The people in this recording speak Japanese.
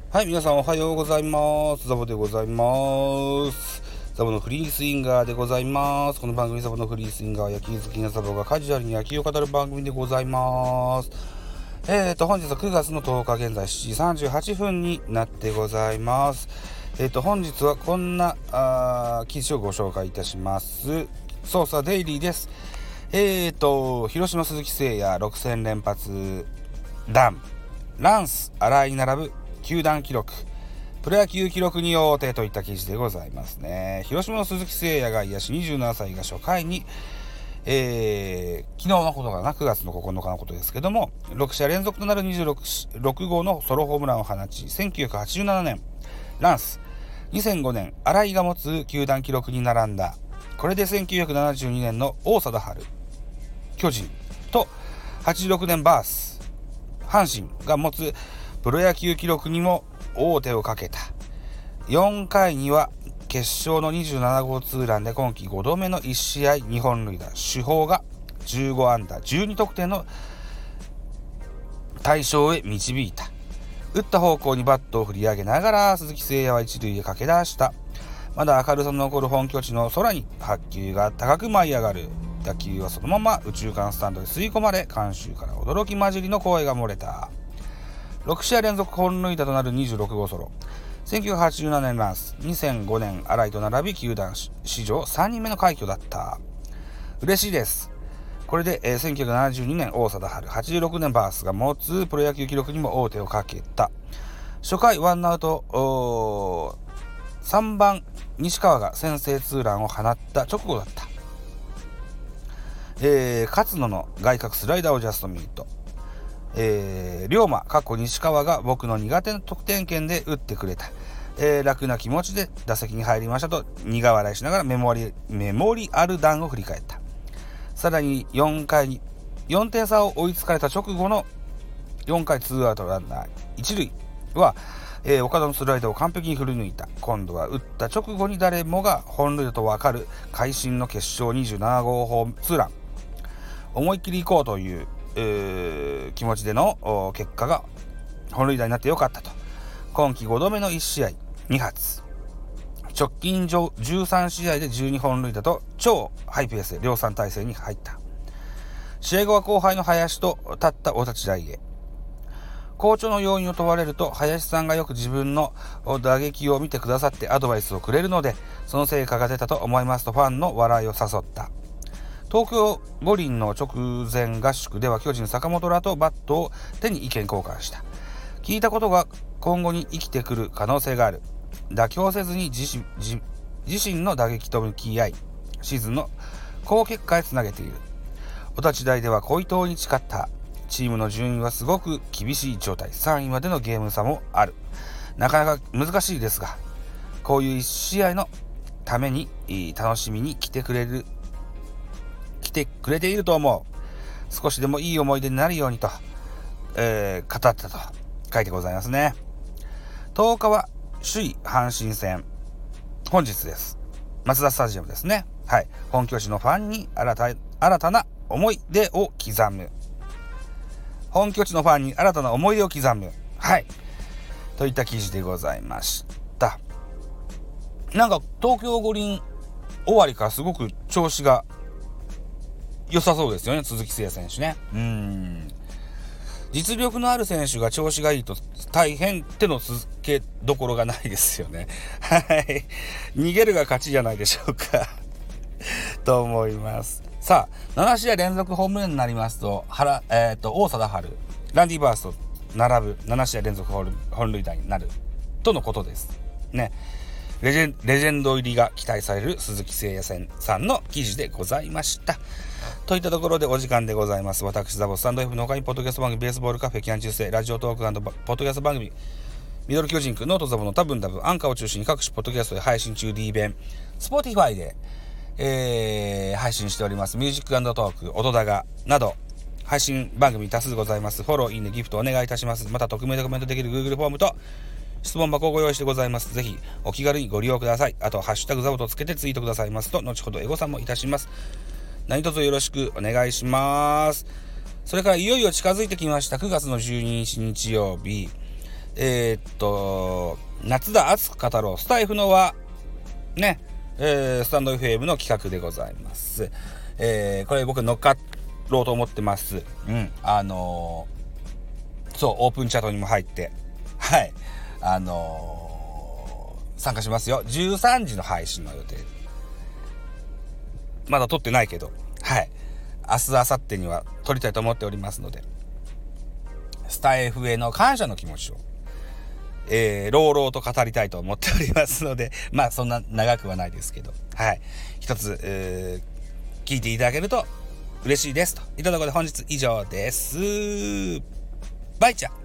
はい、皆さんおはようございます。ザボでございます。ザボのフリースインガーでございます。この番組ザボのフリースインガーは野球好きなザボがカジュアルに野球を語る番組でございます。本日は9月の10日現在7時38分になってございます。本日はこんな記事をご紹介いたします。捜査デイリーです。広島鈴木誠也6戦連発弾、ランス新井に並ぶ球団記録、プロ野球記録に王手といった記事でございますね。広島の鈴木誠也が野手27歳が初回に、昨日のことかな、9月の9日のことですけども、6試合連続となる26号のソロホームランを放ち、1987年ランス、2005年新井が持つ球団記録に並んだ。これで1972年の王貞治巨人と86年バース阪神が持つプロ野球記録にも王手をかけた。4回には決勝の27号ツーランで今季5度目の1試合2本塁打、主砲が15安打12得点の大勝へ導いた。打った方向にバットを振り上げながら鈴木誠也は一塁へ駆け出した。まだ明るさの残る本拠地の空に白球が高く舞い上がる。打球はそのまま宇宙間スタンドに吸い込まれ、観衆から驚き混じりの声が漏れた。6試合連続本塁打となる26号ソロ、1987年ランス、2005年新井と並び球団史上3人目の快挙だった。嬉しいです。これで、1972年王貞治、86年バースが持つプロ野球記録にも王手をかけた。初回ワンアウト3番西川が先制ツーランを放った直後だった。勝野の外角スライダーをジャストミート、龍馬西川が僕の苦手な得点圏で打ってくれた。楽な気持ちで打席に入りましたと苦笑いしながらメモリアル弾を振り返った。さらに4回に4点差を追いつかれた直後の4回ツーアウトランナー一塁は、岡田のスライダーを完璧に振り抜いた。今度は打った直後に誰もが本塁打と分かる会心の決勝27号ホームツーラン、思いっきり行こうという気持ちでの結果が本塁打になってよかったと。今季5度目の1試合2発、直近13試合で12本塁打と超ハイペースで量産体制に入った。試合後は後輩の林と立ったお立ち台へ。好調の要因を問われると、林さんがよく自分の打撃を見てくださってアドバイスをくれるので、その成果が出たと思いますとファンの笑いを誘った。東京五輪の直前合宿では巨人坂本らとバットを手に意見交換した。聞いたことが今後に生きてくる可能性がある。妥協せずに自身の打撃と向き合い、シーズンの好結果へつなげている。お立ち台では小伊藤に誓った。チームの順位はすごく厳しい状態、3位までのゲーム差もある。なかなか難しいですが、こういう1試合のために楽しみに来てくれていると思う。少しでもいい思い出になるようにと、語ったと書いてございますね。10日は首位阪神戦、本日です。マツダスタジアムですね。はい、本拠地のファンに新たな思い出を刻む。本拠地のファンに新たな思い出を刻む。はい、といった記事でございました。なんか東京五輪終わりからすごく調子が良さそうですよね、鈴木誠也選手ね。実力のある選手が調子がいいと大変手のつけどころがないですよね。はい、逃げるが勝ちじゃないでしょうかと思います。さあ、7試合連続ホームランになりますと王貞治、ランディバースと並ぶ7試合連続本塁打になるとのことですね。レジェンド入りが期待される鈴木誠也さんの記事でございました。といったところでお時間でございます。私ザボスタンド F の他にポッドキャスト番組ベースボールカフェキャン中世ラジオトーク&ポッドキャスト番組ミドル巨人くノートザボの多分アンカーを中心に各種ポッドキャストで配信中。 D 弁 Spotify で、配信しております。ミュージック&トーク、音高など配信番組多数ございます。フォロー、いいね、ギフトお願いいたします。また匿名でコメントできる Google フォームと質問箱をご用意してございます。ぜひお気軽にご利用ください。あとハッシュタグザボとつけてツイートくださいますと後ほどエゴさんもいたします。何卒よろしくお願いします。それからいよいよ近づいてきました9月の12日日曜日、 夏だ熱く語ろうスタイフのはね、スタンド FM の企画でございます。これ僕乗っかろうと思ってます。そうオープンチャットにも入ってはい参加しますよ。13時の配信の予定、まだ撮ってないけど、はい明日明後日には撮りたいと思っておりますので、スタイフへの感謝の気持ちを朗々と語りたいと思っておりますので、まあそんな長くはないですけど、はい一つ、聞いていただけると嬉しいですといったところで本日以上です。バイチャ